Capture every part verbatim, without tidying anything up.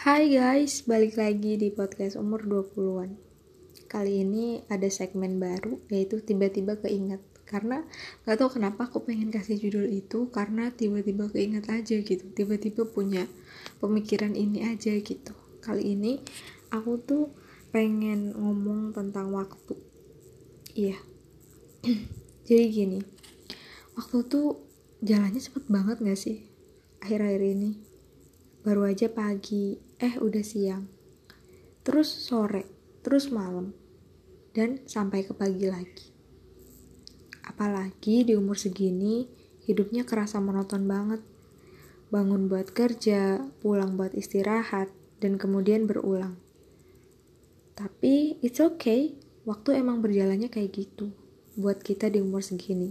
Hai guys, balik lagi di podcast umur dua puluhan. Kali ini ada segmen baru, yaitu tiba-tiba keinget. Karena gak tahu kenapa aku pengen kasih judul itu, karena tiba-tiba keinget aja gitu. Tiba-tiba punya pemikiran ini aja gitu. Kali ini aku tuh pengen ngomong tentang waktu. Iya. Jadi gini, waktu tuh jalannya cepet banget gak sih akhir-akhir ini? Baru aja pagi, eh udah siang, terus sore, terus malam, dan sampai ke pagi lagi. Apalagi di umur segini, hidupnya kerasa monoton banget. Bangun buat kerja, pulang buat istirahat, dan kemudian berulang. Tapi it's okay, waktu emang berjalannya kayak gitu, buat kita di umur segini.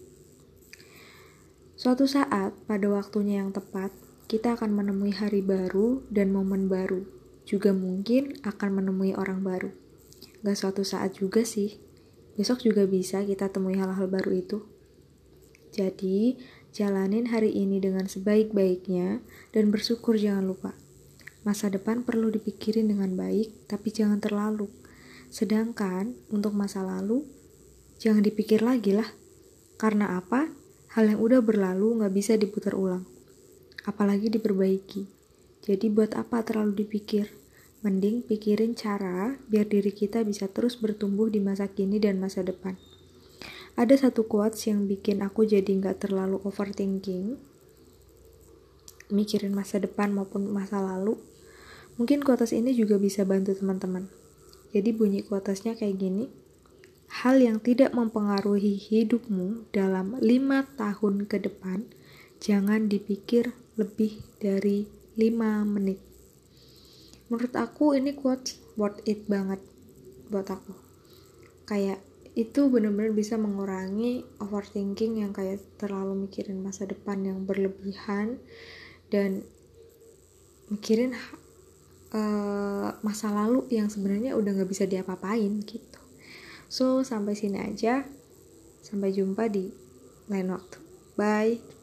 Suatu saat, pada waktunya yang tepat, kita akan menemui hari baru dan momen baru. Juga mungkin akan menemui orang baru. Gak suatu saat juga sih. Besok juga bisa kita temui hal-hal baru itu. Jadi, jalanin hari ini dengan sebaik-baiknya dan bersyukur jangan lupa. Masa depan perlu dipikirin dengan baik, tapi jangan terlalu. Sedangkan, untuk masa lalu, jangan dipikir lagi lah. Karena apa? Hal yang udah berlalu gak bisa diputar ulang. Apalagi diperbaiki. Jadi buat apa terlalu dipikir? Mending pikirin cara biar diri kita bisa terus bertumbuh di masa kini dan masa depan. Ada satu quotes yang bikin aku jadi gak terlalu overthinking, mikirin masa depan maupun masa lalu. Mungkin quotes ini juga bisa bantu teman-teman. Jadi bunyi quotesnya kayak gini. Hal yang tidak mempengaruhi hidupmu dalam lima tahun ke depan, jangan dipikir lebih dari lima menit. Menurut aku ini quotes worth it banget buat aku. Kayak itu benar-benar bisa mengurangi overthinking yang kayak terlalu mikirin masa depan yang berlebihan dan mikirin uh, masa lalu yang sebenarnya udah gak bisa diapa-apain gitu. So, sampai sini aja. Sampai jumpa di lain waktu. Bye.